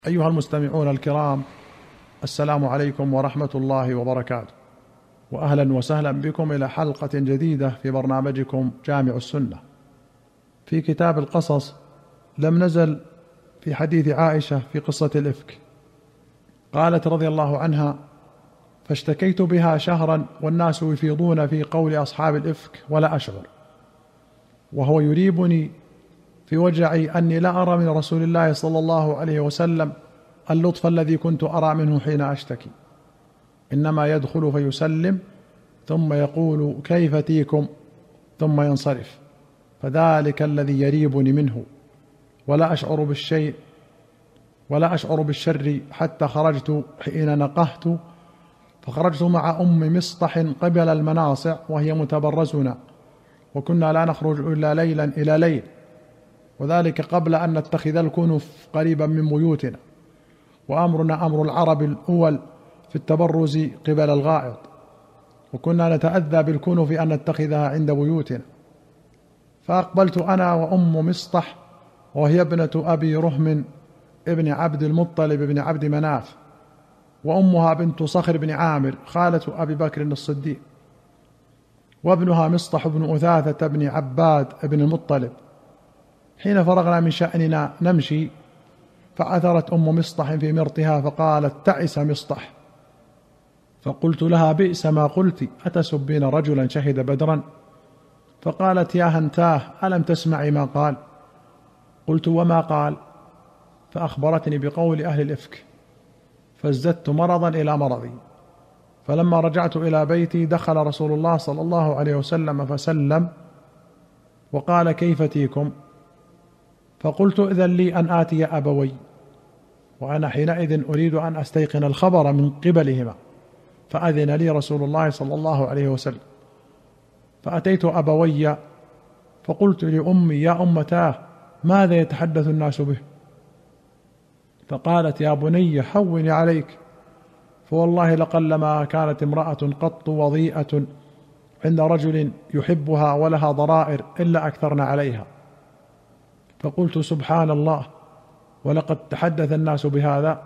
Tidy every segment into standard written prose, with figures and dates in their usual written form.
أيها المستمعون الكرام، السلام عليكم ورحمة الله وبركاته، وأهلا وسهلا بكم إلى حلقة جديدة في برنامجكم جامع السنة. في كتاب القصص لم نزل في حديث عائشة في قصة الإفك. قالت رضي الله عنها: فاشتكيت بها شهرا والناس يفيضون في قول أصحاب الإفك ولا أشعر، وهو يريبني في وجعي أني لا أرى من رسول الله صلى الله عليه وسلم اللطف الذي كنت أرى منه حين أشتكي، إنما يدخل فيسلم ثم يقول كيف تيكم ثم ينصرف، فذلك الذي يريبني منه، ولا أشعر بالشر حتى خرجت حين نقهت، فخرجت مع أم مصطح قبل المناصع وهي متبرزنا، وكنا لا نخرج إلا ليلا إلى ليل، وذلك قبل أن نتخذ الكنف قريبا من بيوتنا، وأمرنا أمر العرب الأول في التبرز قبل الغائط، وكنا نتأذى بالكنف أن نتخذها عند بيوتنا. فأقبلت أنا وأم مصطح وهي ابنة أبي رهم ابن عبد المطلب بن عبد مناف، وأمها بنت صخر بن عامر خالة أبي بكر الصديق، وابنها مصطح بن أثاثة بن عباد بن المطلب. حين فرغنا من شأننا نمشي، فعثرت أم مصطح في مرطها فقالت: تعس مصطح. فقلت لها: بئس ما قلت، أتسبين رجلا شهد بدرا؟ فقالت: يا هنتاه، ألم تسمعي ما قال؟ قلت: وما قال؟ فأخبرتني بقول أهل الإفك، فازددت مرضا إلى مرضي. فلما رجعت إلى بيتي دخل رسول الله صلى الله عليه وسلم فسلم وقال: كيف تيكم؟ فقلت: إذن لي أن آتي أبوي، وأنا حينئذ أريد أن أستيقن الخبر من قبلهما، فأذن لي رسول الله صلى الله عليه وسلم. فأتيت أبوي فقلت لأمي: يا أمتاه، ماذا يتحدث الناس به؟ فقالت: يا بني هوني عليك، فوالله لقلما كانت امرأة قط وضيئة عند رجل يحبها ولها ضرائر إلا أكثرنا عليها. فقلت: سبحان الله، ولقد تحدث الناس بهذا.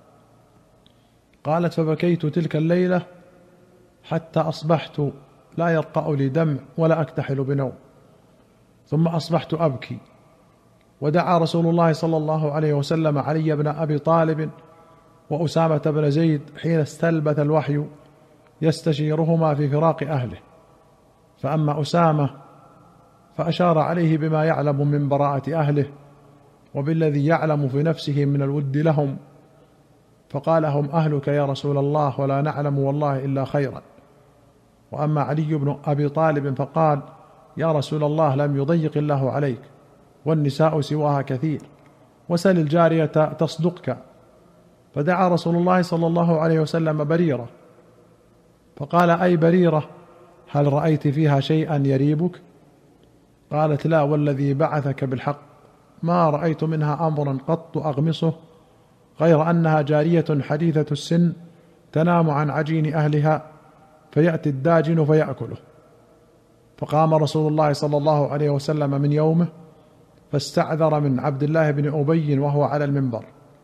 قالت: فبكيت تلك الليلة حتى أصبحت لا يرقأ لي دمع ولا أكتحل بنوم، ثم أصبحت أبكي. ودعا رسول الله صلى الله عليه وسلم علي بن أبي طالب وأسامة بن زيد حين استلبث الوحي يستشيرهما في فراق أهله، فأما أسامة فأشار عليه بما يعلم من براءة أهله وبالذي يعلم في نفسه من الود لهم، فقال: هم أهلك يا رسول الله، ولا نعلم والله إلا خيرا. وأما علي بن أبي طالب فقال: يا رسول الله، لم يضيق الله عليك، والنساء سواها كثير، وسل الجارية تصدقك. فدعا رسول الله صلى الله عليه وسلم بريرة، فقال: أي بريرة، هل رأيت فيها شيئا يريبك؟ قالت: لا، والذي بعثك بالحق ما رأيت منها أمرا قط أغمصه، غير أنها جارية حديثة السن تنام عن عجين أهلها، فيأتي الداجن فيأكله. فقام رسول الله صلى الله عليه وسلم من يومه فاستعذر من عبد الله بن أبي وهو على المنبر،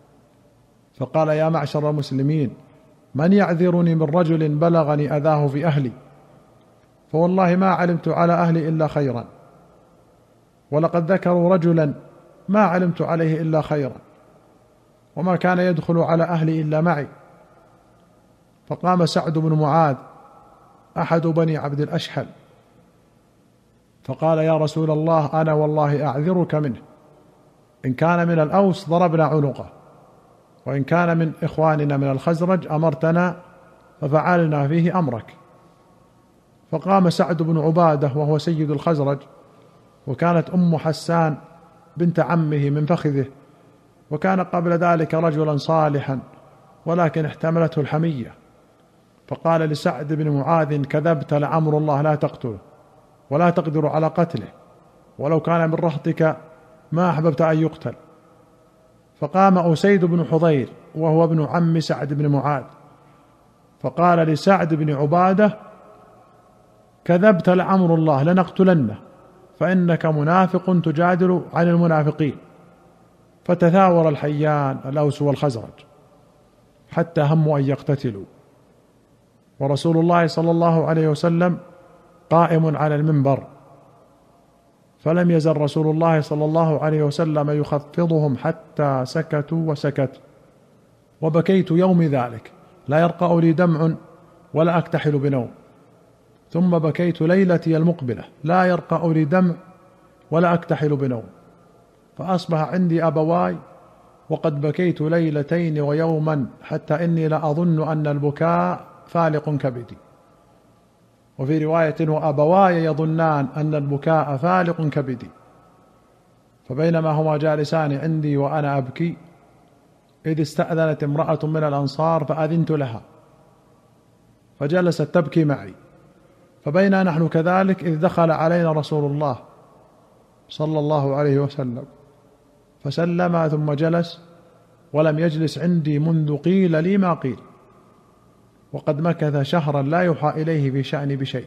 فقال: يا معشر المسلمين، من يعذرني من رجل بلغني أذاه في أهلي؟ فوالله ما علمت على أهلي إلا خيرا، ولقد ذكروا رجلا ما علمت عليه إلا خيرا، وما كان يدخل على أهلي إلا معي. فقام سعد بن معاذ أحد بني عبد الأشحل فقال: يا رسول الله، أنا والله أعذرك منه، إن كان من الأوس ضربنا عنقه، وإن كان من إخواننا من الخزرج أمرتنا ففعلنا فيه أمرك. فقام سعد بن عبادة وهو سيد الخزرج، وكانت أم حسان بنت عمه من فخذه، وكان قبل ذلك رجلا صالحا ولكن احتملته الحمية، فقال لسعد بن معاذ: كذبت، لعمر الله لا تقتله، ولا تقدر على قتله، ولو كان من رهطك ما أحببت أن يقتل. فقام أسيد بن حضير وهو ابن عم سعد بن معاذ، فقال لسعد بن عبادة: كذبت، لعمر الله لنقتلنه، فإنك منافق تجادل عن المنافقين. فتثاور الحيان الأوس والخزرج حتى هموا أن يقتتلوا، ورسول الله صلى الله عليه وسلم قائم على المنبر، فلم يزل رسول الله صلى الله عليه وسلم يخفضهم حتى سكتوا وسكت. وبكيت يومي ذلك لا يرقأ لي دمع ولا أكتحل بنوم، ثم بكيت ليلتي المقبلة لا يرقأ لي دمع ولا أكتحل بنوم، فأصبح عندي أبواي وقد بكيت ليلتين ويوما حتى إني لأظن أن البكاء فالق كبدي. وفي رواية وأبواي يظنان أن البكاء فالق كبدي. فبينما هما جالسان عندي وأنا أبكي إذ استأذنت امرأة من الأنصار فأذنت لها فجلست تبكي معي، فبينا نحن كذلك إذ دخل علينا رسول الله صلى الله عليه وسلم فسلم ثم جلس، ولم يجلس عندي منذ قيل لي ما قيل، وقد مكث شهرا لا يوحى إليه في شأني بشيء.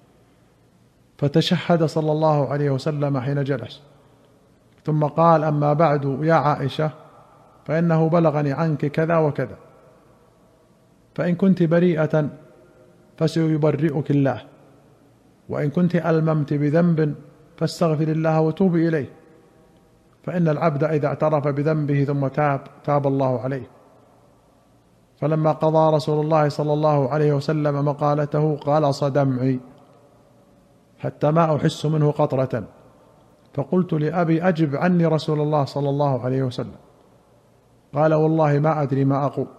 فتشهد صلى الله عليه وسلم حين جلس، ثم قال: أما بعد يا عائشة، فإنه بلغني عنك كذا وكذا، فإن كنت بريئة فسيبرئك الله، وإن كنت ألممت بذنب فاستغفر الله وتوبي إليه، فإن العبد إذا اعترف بذنبه ثم تاب الله عليه. فلما قضى رسول الله صلى الله عليه وسلم مقالته قلص دمعي حتى ما أحس منه قطرة، فقلت لأبي: أجب عني رسول الله صلى الله عليه وسلم. قال: والله ما أدري ما أقول.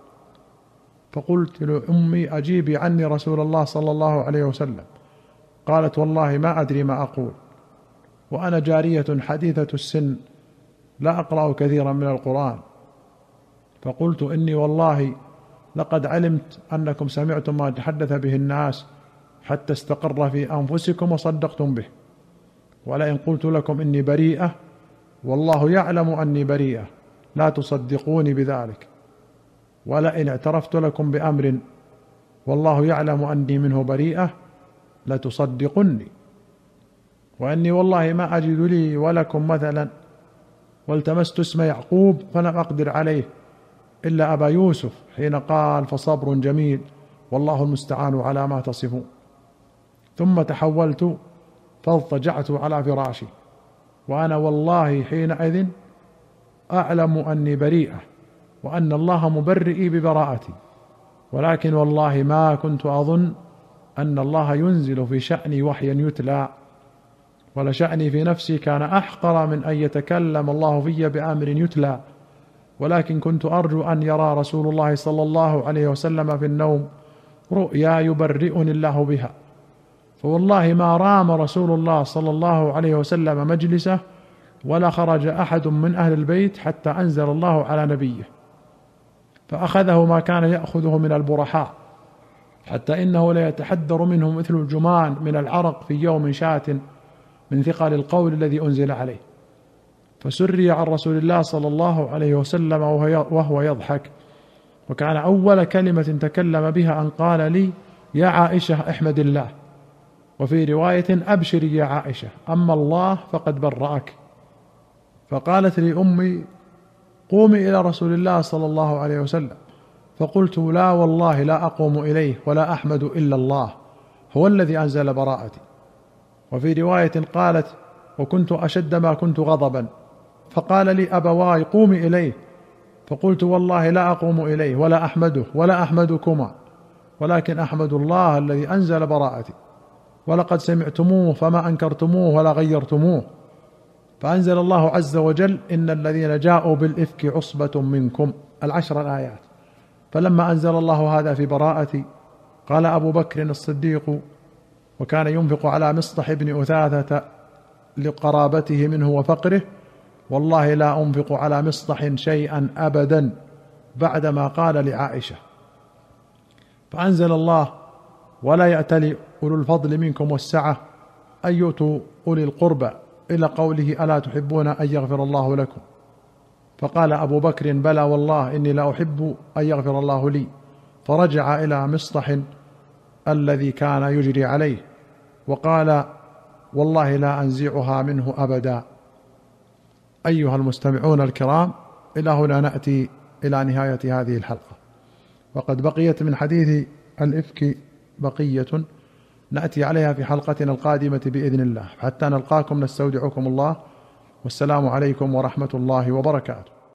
فقلت لأمي: أجيبي عني رسول الله صلى الله عليه وسلم. قالت: والله ما أدري ما أقول، وأنا جارية حديثة السن لا أقرأ كثيرا من القرآن. فقلت: إني والله لقد علمت أنكم سمعتم ما تحدث به الناس حتى استقر في أنفسكم وصدقتم به، ولئن قلت لكم إني بريئة والله يعلم أني بريئة لا تصدقوني بذلك، ولئن اعترفت لكم بأمر والله يعلم أني منه بريئة لتصدقني، وأني والله ما أجد لي ولكم مثلا، والتمست اسم يعقوب فلم أقدر عليه إلا أبا يوسف حين قال: فصبر جميل والله المستعان على ما تصفون. ثم تحولت فاضطجعت على فراشي، وأنا والله حينئذ أعلم أني بريئة وأن الله مبرئي ببراءتي، ولكن والله ما كنت أظن أن الله ينزل في شأني وحيا يتلى، ولشأني في نفسي كان أحقر من أن يتكلم الله في بأمر يتلى، ولكن كنت أرجو أن يرى رسول الله صلى الله عليه وسلم في النوم رؤيا يبرئني الله بها. فوالله ما رام رسول الله صلى الله عليه وسلم مجلسه ولا خرج أحد من أهل البيت حتى أنزل الله على نبيه، فأخذه ما كان يأخذه من البرحاء، حتى إنه لا يتحدر منه مثل الجمان من العرق في يوم شات من ثقل القول الذي أنزل عليه. فسري عن رسول الله صلى الله عليه وسلم وهو يضحك، وكان أول كلمة تكلم بها أن قال لي: يا عائشة احمد الله، وفي رواية: أبشري يا عائشة، أما الله فقد برأك. فقالت لي أمي: قومي إلى رسول الله صلى الله عليه وسلم. فقلت: لا والله لا أقوم إليه ولا أحمد إلا الله، هو الذي أنزل براءتي. وفي رواية قالت: وكنت أشد ما كنت غضبا، فقال لي أبواي: قومي إليه. فقلت: والله لا أقوم إليه ولا أحمده ولا أحمدكما، ولكن أحمد الله الذي أنزل براءتي، ولقد سمعتموه فما أنكرتموه ولا غيرتموه. فأنزل الله عز وجل: إن الذين جاءوا بالإفك عصبة منكم، 10 الآيات. فلما أنزل الله هذا في براءتي قال أبو بكر الصديق، وكان ينفق على مصطح بن أثاثة لقرابته منه وفقره: والله لا أنفق على مصطح شيئا أبدا بعدما قال لعائشة. فأنزل الله: ولا يأتل أولو الفضل منكم والسعة أن يؤتوا أولي القربى، إلى قوله: ألا تحبون أن يغفر الله لكم؟ فقال أبو بكر: بلى والله إني لا أحب أن يغفر الله لي. فرجع إلى مصطح الذي كان يجري عليه وقال: والله لا أنزعها منه أبدا. أيها المستمعون الكرام، إلى هنا نأتي إلى نهاية هذه الحلقة، وقد بقيت من حديث الإفك بقية نأتي عليها في حلقتنا القادمة بإذن الله. حتى نلقاكم نستودعكم الله، والسلام عليكم ورحمة الله وبركاته.